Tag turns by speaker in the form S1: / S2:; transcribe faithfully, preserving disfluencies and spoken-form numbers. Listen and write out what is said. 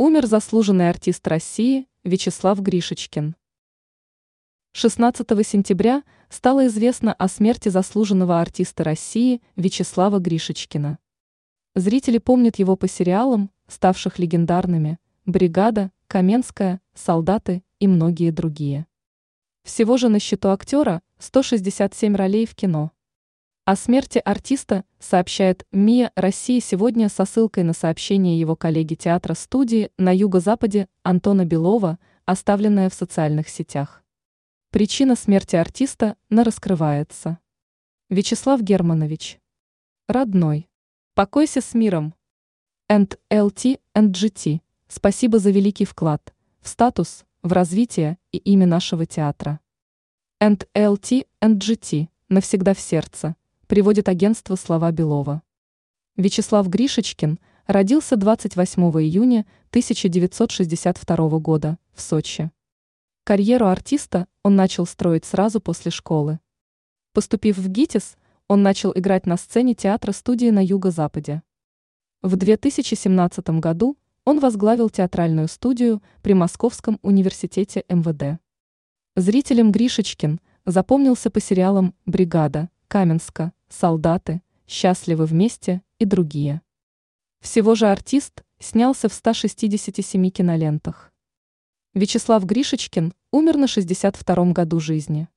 S1: Умер заслуженный артист России Вячеслав Гришечкин. шестнадцатого сентября стало известно о смерти заслуженного артиста России Вячеслава Гришечкина. Зрители помнят его по сериалам, ставших легендарными: «Бригада», «Каменская», «Солдаты» и многие другие. Всего же на счету актера сто шестьдесят семь ролей в кино. О смерти артиста сообщает МИА России сегодня со ссылкой на сообщение его коллеги театра-студии на Юго-Западе Антона Белова, оставленное в социальных сетях. Причина смерти артиста не раскрывается. Вячеслав Германович. Родной. Покойся с миром. энд эл ти энд джи ти. Спасибо за великий вклад в статус, в развитие и имя нашего театра. энд эл ти энд джи ти. Навсегда в сердце. Приводит агентство слова Белова. Вячеслав Гришечкин родился двадцать восьмого июня тысяча девятьсот шестьдесят второго года в Сочи. Карьеру артиста он начал строить сразу после школы. Поступив в ГИТИС, он начал играть на сцене театра-студии на Юго-Западе. В две тысячи семнадцатом году он возглавил театральную студию при Московском университете эм вэ дэ. Зрителям Гришечкин запомнился по сериалам «Бригада», «Каменска», «Солдаты», «Счастливы вместе» и другие. Всего же артист снялся в ста шестидесяти семи кинолентах. Вячеслав Гришечкин умер на шестьдесят втором году жизни.